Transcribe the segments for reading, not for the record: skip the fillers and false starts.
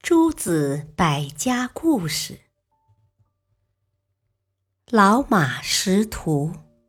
诸子百家故事。老马识途。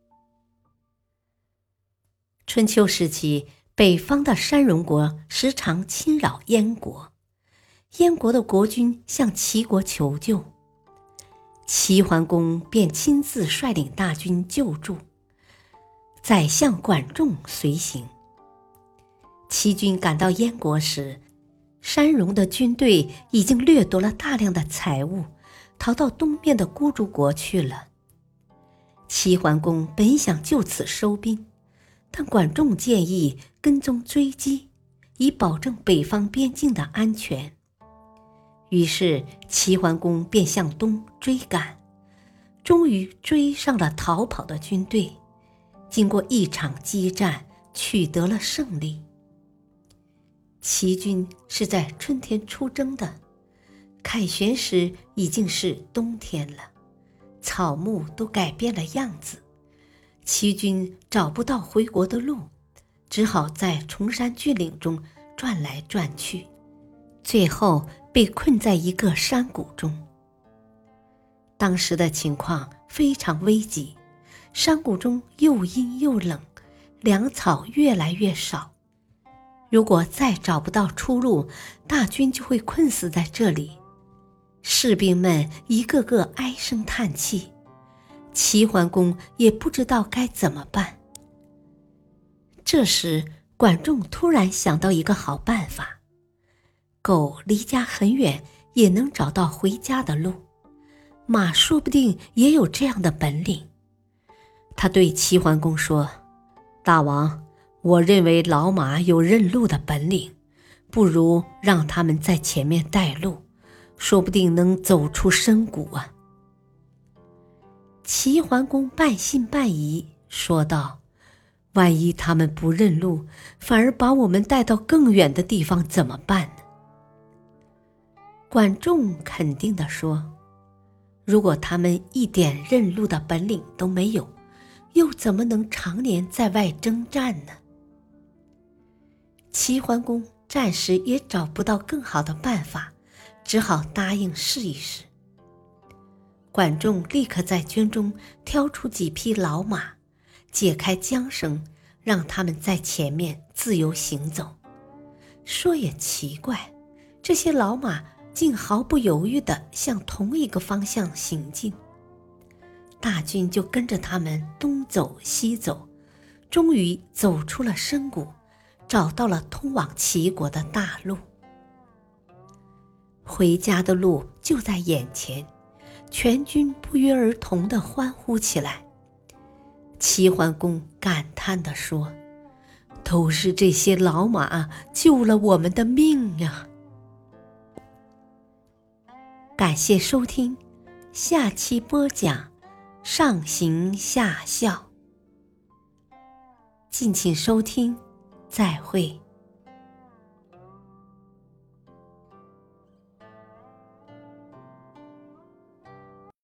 春秋时期，北方的山戎国时常侵扰燕国，燕国的国君向齐国求救，齐桓公便亲自率领大军救助，宰相管仲随行。齐军赶到燕国时，山戎的军队已经掠夺了大量的财物，逃到东面的孤竹国去了。齐桓公本想就此收兵，但管仲建议跟踪追击，以保证北方边境的安全。于是齐桓公便向东追赶，终于追上了逃跑的军队，经过一场激战，取得了胜利。齐军是在春天出征的，凯旋时已经是冬天了，草木都改变了样子。齐军找不到回国的路，只好在崇山峻岭中转来转去，最后被困在一个山谷中。当时的情况非常危急，山谷中又阴又冷，粮草越来越少。如果再找不到出路，大军就会困死在这里。士兵们一个个唉声叹气，齐桓公也不知道该怎么办。这时管仲突然想到一个好办法，狗离家很远也能找到回家的路，马说不定也有这样的本领。他对齐桓公说：大王，我认为老马有认路的本领，不如让他们在前面带路，说不定能走出深谷啊。齐桓公半信半疑，说道：万一他们不认路，反而把我们带到更远的地方怎么办呢？管仲肯定地说：如果他们一点认路的本领都没有，又怎么能常年在外征战呢？齐桓公暂时也找不到更好的办法，只好答应试一试。管仲立刻在军中挑出几匹老马，解开缰绳，让他们在前面自由行走。说也奇怪，这些老马竟毫不犹豫地向同一个方向行进。大军就跟着他们东走西走，终于走出了深谷，找到了通往齐国的大路。回家的路就在眼前，全军不约而同地欢呼起来。齐桓公感叹地说：都是这些老马救了我们的命啊！感谢收听，下期播讲上行下效。敬请收听，再会。